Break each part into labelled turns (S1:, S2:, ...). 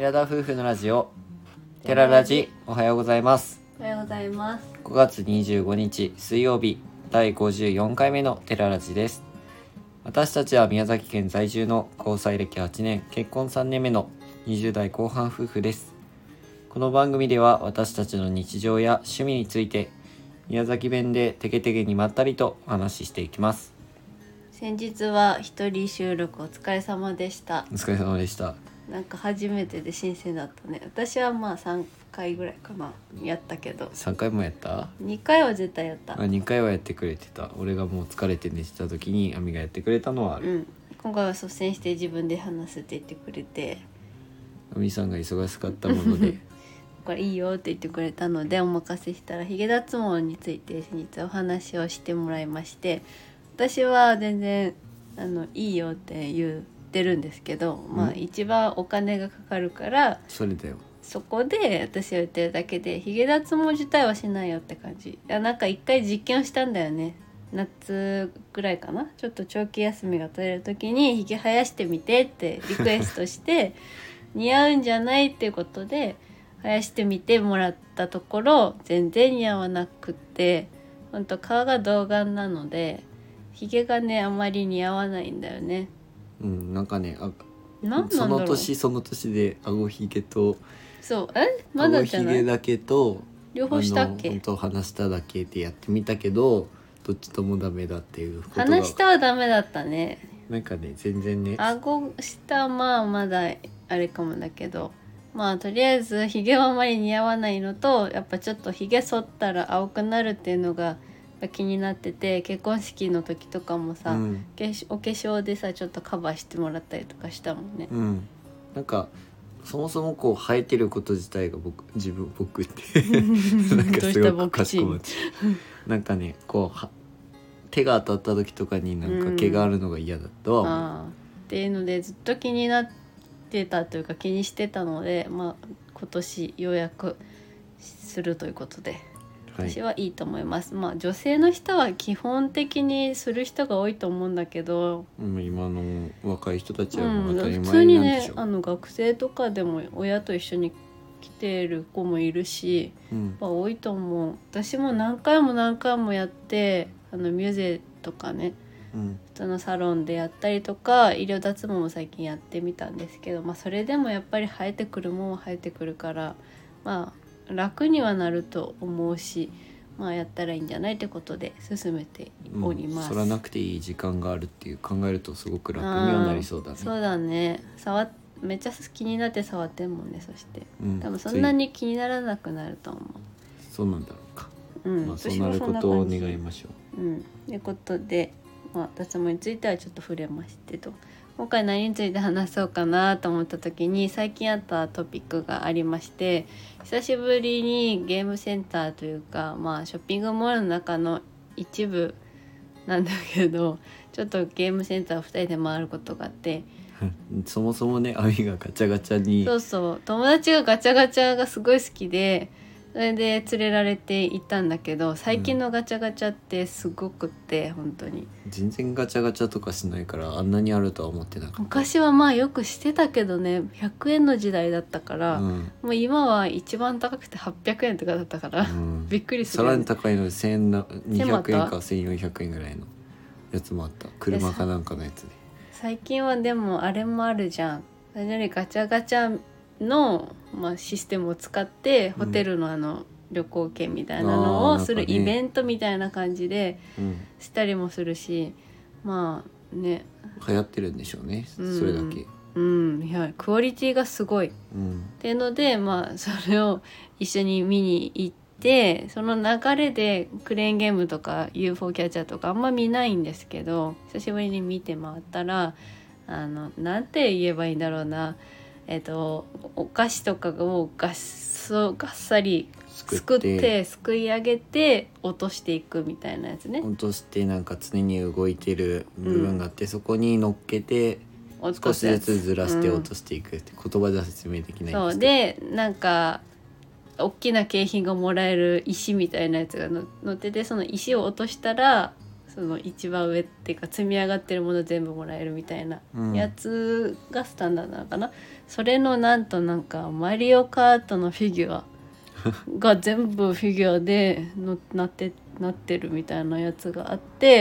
S1: 寺田夫婦のラジオテララジ、おはようございます。
S2: おはようございます。
S1: 5月25日水曜日、第54回目のテララジです。私たちは宮崎県在住の交際歴8年、結婚3年目の20代後半夫婦です。この番組では私たちの日常や趣味について宮崎弁でテケテケにまったりとお話ししていきます。
S2: 先日は一人収録お疲れ様でした。
S1: お疲れ様でした。
S2: なんか初めてで新鮮だったね。私はまあ3回ぐらいかなやったけど、
S1: 3回もやった？
S2: 2回は絶対やった。
S1: 2回はやってくれてた。俺がもう疲れて寝てた時にアミがやってくれたのはある。
S2: 今回は率先して自分で話すって言ってくれて、
S1: アミさんが忙しかったもので
S2: これいいよって言ってくれたのでお任せしたら、ヒゲ脱毛について先日お話をしてもらいまして、私は全然いいよって言ってるんですけど、まあ一番お金がかかるから
S1: それだよ。
S2: そこで私は言ってるだけで、ヒゲ脱毛自体はしないよって感じ。いや、なんか一回実験をしたんだよね。夏ぐらいかな、ちょっと長期休みが取れる時にヒゲ生やしてみてってリクエストして似合うんじゃないっていうことで生やしてみてもらったところ、全然似合わなくって、ほんと顔が童顔なのでヒゲがねあまり似合わないんだよね。
S1: なんかね、
S2: なんなんだろう、
S1: その年で顎ひげと
S2: そうまだじゃない、
S1: 顎ひげだけと
S2: 両方したっけ。
S1: 本当鼻下だけでやってみたけど、どっちともダメだっていうことが、
S2: 鼻下はダメだったね。
S1: なんかね全然ね、
S2: 顎下まあまだあれかもだけど、まあとりあえずヒゲはあまり似合わないのと、やっぱちょっとヒゲ剃ったら青くなるっていうのが気になってて、結婚式の時とかもさ、お化粧でさちょっとカバーしてもらったりとかしたもんね。
S1: なんかそもそもこう生えてること自体が僕ってなんかすごくかしこまってなんかねこう手が当たった時とかになんか毛があるのが嫌だとは思う、
S2: っていうのでずっと気になってたというか気にしてたので、まあ今年ようやくするということで、私はいいと思います。まあ女性の人は基本的にする人が多いと思うんだけど、
S1: 今の若い人たちはもう当たり
S2: 普通
S1: 前
S2: にね
S1: なんでしょ、
S2: 学生とかでも親と一緒に来てる子もいるし、多いと思う。私も何回もやって、ミュゼとかね、普通のサロンでやったりとか医療脱毛も最近やってみたんですけど、まあそれでもやっぱり生えてくるもんは生えてくるから、まあ楽にはなると思うし、まあやったらいいんじゃないってことで進めております。
S1: 剃らなくていい時間があるっていう考えるとすごく楽にはなりそうだね。
S2: そうだね。めっちゃ気になって触ってんもんね。そして、多分そんなに気にならなくなると思う。
S1: そうなんだろうか。まあそうなることを願いましょう。
S2: ということで、まあ、脱毛についてはちょっと触れましてと、今回何について話そうかなと思った時に最近あったトピックがありまして、久しぶりにゲームセンターというか、まあショッピングモールの中の一部なんだけど、ちょっとゲームセンターを2人で回ることがあって
S1: そもそもね、アミがガチャガチャに、
S2: そう友達がガチャガチャがすごい好きで、それで連れられて行ったんだけど、最近のガチャガチャってすごくって、本当に
S1: 全然ガチャガチャとかしないからあんなにあるとは思ってなかった。
S2: 昔はまあよくしてたけどね、100円の時代だったから、もう今は一番高くて800円とかだったから、びっくりするよね。
S1: さらに高いので1200円か1400円ぐらいのやつもあった。車かなんかのやつで。最
S2: 近はでもあれもあるじゃん。それよりガチャガチャの、システムを使ってホテルの旅行券みたいなのをするイベントみたいな感じでしたりもするし、まあね、
S1: 流行ってるんでしょうね、それだけ。
S2: いやクオリティがすごい、っていうので、まあそれを一緒に見に行って、その流れでクレーンゲームとか UFO キャッチャーとかあんま見ないんですけど、久しぶりに見て回ったら、なんて言えばいいんだろうな、お菓子とかをがっさり作ってすくい上げて落としていくみたいなやつね。
S1: 落としてなんか常に動いてる部分があって、そこに乗っけて少しずつずらして落としていくって、言葉では説明できないんですけど、
S2: そうで、なんか大きな景品がもらえる石みたいなやつが乗ってて、その石を落としたらその一番上っていうか積み上がってるもの全部もらえるみたいなやつがスタンダードなのかな、それのなんかマリオカートのフィギュアが全部フィギュアでなってるみたいなやつがあって、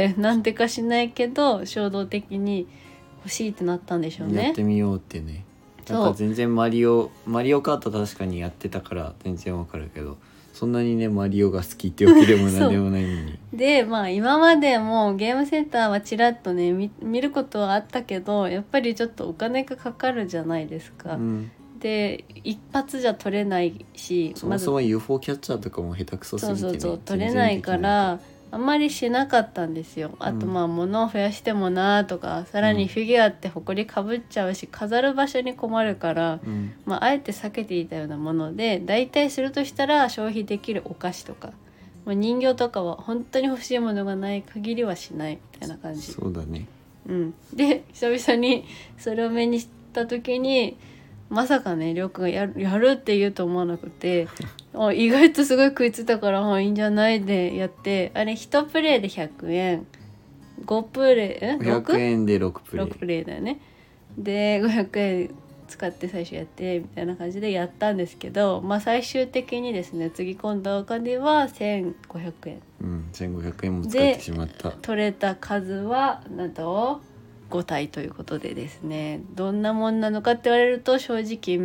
S2: なんでかしないけど衝動的に欲しいってなったんでしょうね。
S1: やってみようってね。なんか全然マリオカート確かにやってたから全然わかるけど、そんなにねマリオが好きってわけでもなんでもないのに
S2: でまあ今までもゲームセンターはちらっとね見ることはあったけど、やっぱりちょっとお金がかかるじゃないですか、で一発じゃ取れないし、
S1: そもそも UFO キャッチャーとかも下手くそすぎてね、
S2: そう取れないからあんまりしなかったんですよ。あとまあ物を増やしてもなとか、さらにフィギュアってほこりかぶっちゃうし飾る場所に困るから、まあ、あえて避けていたようなもので、だいたいするとしたら消費できるお菓子とか、まあ、人形とかは本当に欲しいものがない限りはしないみたいな感じ。
S1: そうだね。
S2: で久々にそれを目にした時にまさかねりょうくんがやるって言うと思わなくて意外とすごい食いついたからいいんじゃないでやって、あれ1プレイで100円5プレイ
S1: 500円で6プレイ
S2: 6プレイだよね。で500円使って最初やってみたいな感じでやったんですけど、まあ最終的にですねつぎ込んだお金は1500円、
S1: 1500円も使ってしまった。
S2: 取れた数はなんと5体ということでですね、どんなもんなのかって言われると正直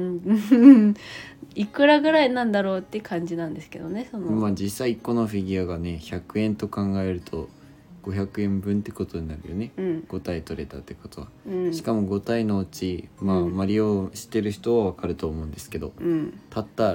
S2: いくらぐらいなんだろうって感じなんですけどね。
S1: まあ実際1個のフィギュアがね100円と考えると500円分ってことになるよね、5体取れたってことは、しかも5体のうち、まあマリオ知ってる人は分かると思うんですけど、たった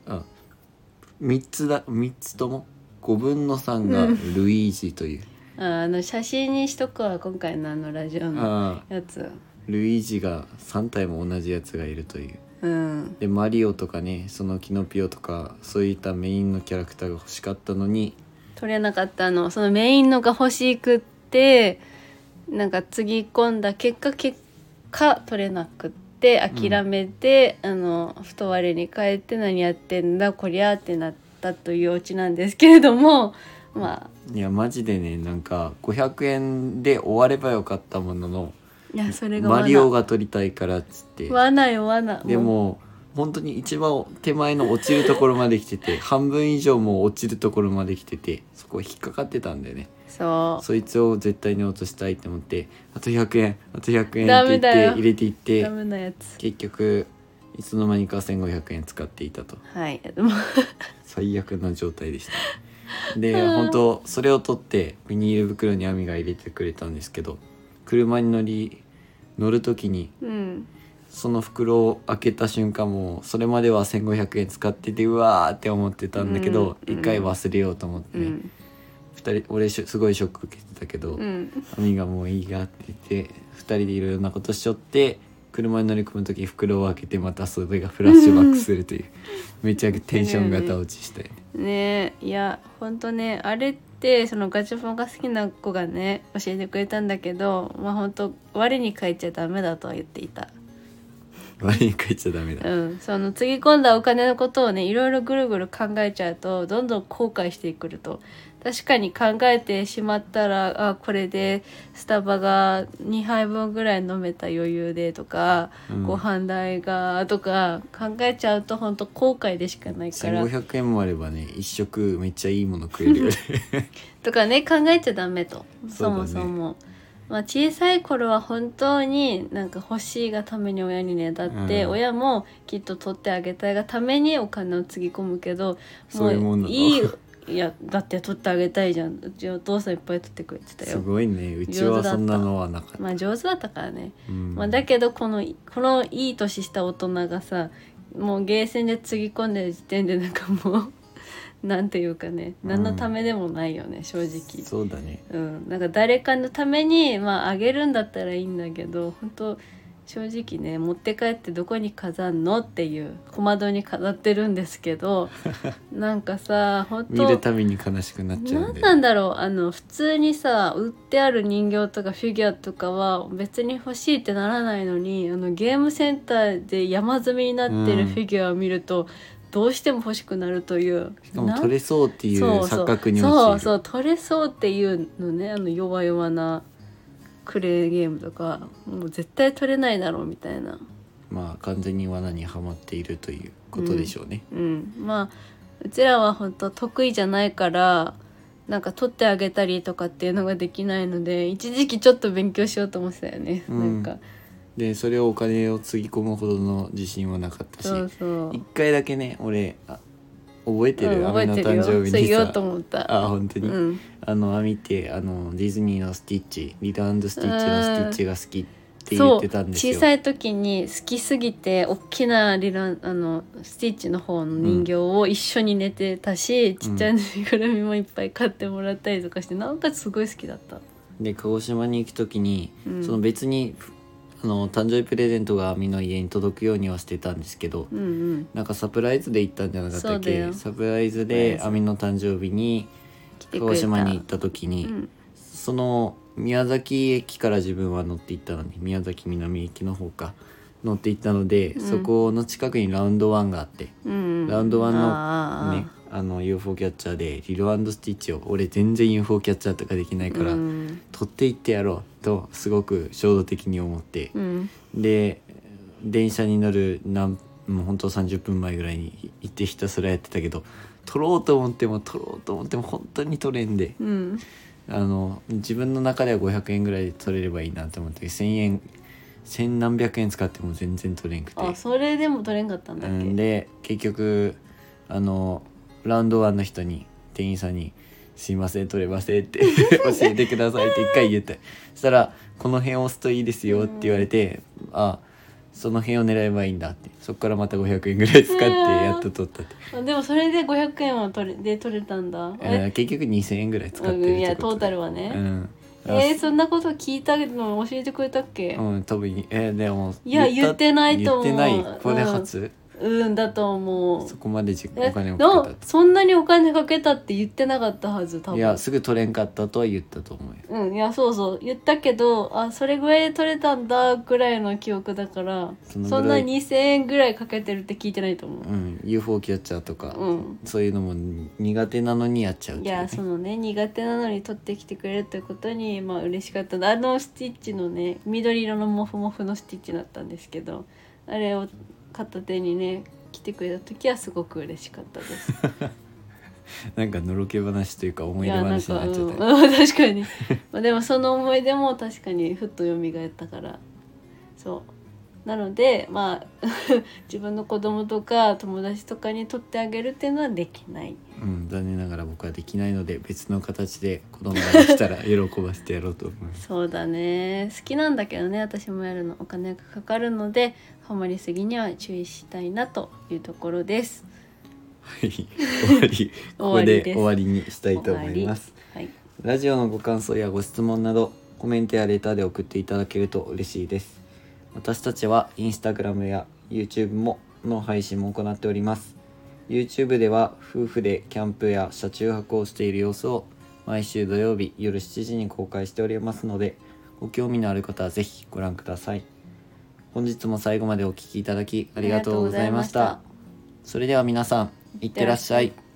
S1: 3つとも5分の3がルイージという、
S2: 写真にしとくわ今回のラジオのやつ。
S1: ルイージが3体も同じやつがいるという、でマリオとかねそのキノピオとかそういったメインのキャラクターが欲しかったのに
S2: 取れなかったの。そのメインのが欲しくってなんかつぎ込んだ結果取れなくって諦めて、太割れに変えて何やってんだこりゃってなったというオチなんですけれども、まあ
S1: いやマジでねなんか500円で終わればよかったものの、
S2: いやそれが
S1: マリオが取りたいからっつって
S2: 罠よ罠。
S1: でも本当に一番手前の落ちるところまで来てて半分以上も落ちるところまで来てて、そこ引っかかってたんだよね。そいつを絶対に落としたいって思ってあと100円あと100円って言って入れていって、
S2: ダメなやつ
S1: 結局いつの間にか1500円使っていたと、
S2: でも
S1: 最悪な状態でしたで本当それを取ってビニール袋に網が入れてくれたんですけど、車に乗る時に、その袋を開けた瞬間もうそれまでは1500円使っててうわーって思ってたんだけど、一回忘れようと思ってね、俺すごいショック受けてたけど、アミがもういいやって言って2人でいろいろなことしちゃって、車に乗り込む時袋を開けてまたそれがフラッシュバックするというめちゃくちゃテンションが落ちしたよ
S2: ね。いやほんとねあれってそのガチャポンが好きな子がね教えてくれたんだけど、まあほんと我に返っちゃダメだとは言っていた。
S1: 我に返っちゃダメだ。
S2: そのつぎ込んだお金のことをねいろいろぐるぐる考えちゃうとどんどん後悔してくると。確かに考えてしまったらこれでスタバが2杯分ぐらい飲めた余裕でとか、ご飯代がとか考えちゃうと本当後悔でしかないから
S1: 1500円もあればね一食めっちゃいいもの食えるよね
S2: とかね考えちゃダメと、そもそも。まあ、小さい頃は本当になんか欲しいがために親にねだって、親もきっと取ってあげたいがためにお金をつぎ込むけど、
S1: そういうもんなの。
S2: いやだって取ってあげたいじゃん。うちお父さんいっぱい取ってくれてたよ。
S1: すごいね。うちはそんなのはなかった。
S2: まあ上手だったからね、まあ、だけどこのいい年した大人がさもうゲーセンでつぎ込んでる時点でなんかもうなんていうかね何のためでもないよね、正直。
S1: そうだね。
S2: なんか誰かのためにまああげるんだったらいいんだけど、本当正直ね持って帰ってどこに飾んのっていう小窓に飾ってるんですけどなんかさ本当
S1: 見るたびに悲しくなっちゃうんで。
S2: なんだろう普通にさ売ってある人形とかフィギュアとかは別に欲しいってならないのにゲームセンターで山積みになってるフィギュアを見ると、 どうしても欲しくなるという、
S1: しかも取れそうっていう錯覚に
S2: そう
S1: 陥る。
S2: そう取れそうっていうのね、弱々なクレーゲームとかもう絶対取れないだろうみたいな。
S1: まあ完全に罠にはまっているということでしょうね。
S2: まあうちらは本当得意じゃないからなんか取ってあげたりとかっていうのができないので、一時期ちょっと勉強しようと思ってたよね、なんか
S1: でそれをお金をつぎ込むほどの自信はなかったし、一回だけね俺覚えてる、アミの誕生日にさ
S2: 言おうと思った。
S1: 本当に、アミってディズニーのスティッチ、リル&スティッチのスティッチが好きって言ってたんですよ。
S2: 小さい時に好きすぎて大きなスティッチの方の人形を一緒に寝てたし、ちっちゃいぬいぐるみもいっぱい買ってもらったりとかして、なんかすごい好きだった。
S1: で鹿児島に行く時に、その別に誕生日プレゼントがアミの家に届くようにはしてたんですけど、なんかサプライズで行ったんじゃなかったっけ。サプライズでアミの誕生日に鹿児島に行った時に、その宮崎駅から自分は乗って行ったのに、宮崎南駅の方か乗って行ったので、そこの近くにラウンドワンがあって、ラウンドワンのねUFO キャッチャーでリル&スティッチを、俺全然 UFO キャッチャーとかできないから、取っていってやろうとすごく衝動的に思って、で電車に乗るもうほんと30分前ぐらいに行ってひたすらやってたけど、取ろうと思っても本当に取れんで、自分の中では500円ぐらいで取れればいいなと思って1000円千何百円使っても全然取れんくて、
S2: それでも取れんかったんだっけ。
S1: で結局ラウンドワンの人に、店員さんにすいません取れませんって教えてくださいって一回言って、そしたらこの辺押すといいですよって言われて、その辺を狙えばいいんだって、そこからまた500円ぐらい使ってやっと取ったって。
S2: でもそれで500円は取れたんだ。
S1: 結局2000円ぐらい使ってるってことで、
S2: いやトータルはね、そんなこと聞いたの教えてくれたっけ。
S1: 多分でも
S2: 言ってないと思う。
S1: 言ってない。これ初
S2: だと思う。
S1: そこまでお金をかけた
S2: そんなにお金かけたって言ってなかったはず多分。
S1: いやすぐ取れんかったとは言ったと思うよ。
S2: いやそう言ったけど、それぐらいで取れたんだぐらいの記憶だから、そんな2000円ぐらいかけてるって聞いてないと思う。
S1: UFO キャッチャーとか、そういうのも苦手なのにやっちゃう、ね、
S2: いやそのね苦手なのに取ってきてくれるということに嬉しかった。スティッチのね緑色のモフモフのスティッチだったんですけど、あれを片手にね来てくれた時はすごく嬉しかったです
S1: なんかのろけ話というか思い出話になっちゃった、
S2: 確かにでもその思い出も確かにふっと蘇ったから、そうなので自分の子供とか友達とかに取ってあげるっていうのはできない。
S1: 残念ながら僕はできないので、別の形で子供ができたら喜ばせてやろうと思います
S2: そうだね、好きなんだけどね、私もやるのお金がかかるのでハマりすぎには注意したいなというところです。
S1: はい終わりここで終わりにしたいと思います。ラジオのご感想やご質問などコメントやレターで送っていただけると嬉しいです。私たちはインスタグラムや YouTube の配信も行っております。 YouTube では夫婦でキャンプや車中泊をしている様子を毎週土曜日夜7時に公開しておりますので、ご興味のある方はぜひご覧ください。本日も最後までお聞きいただきありがとうございました。それでは皆さんいってらっしゃい。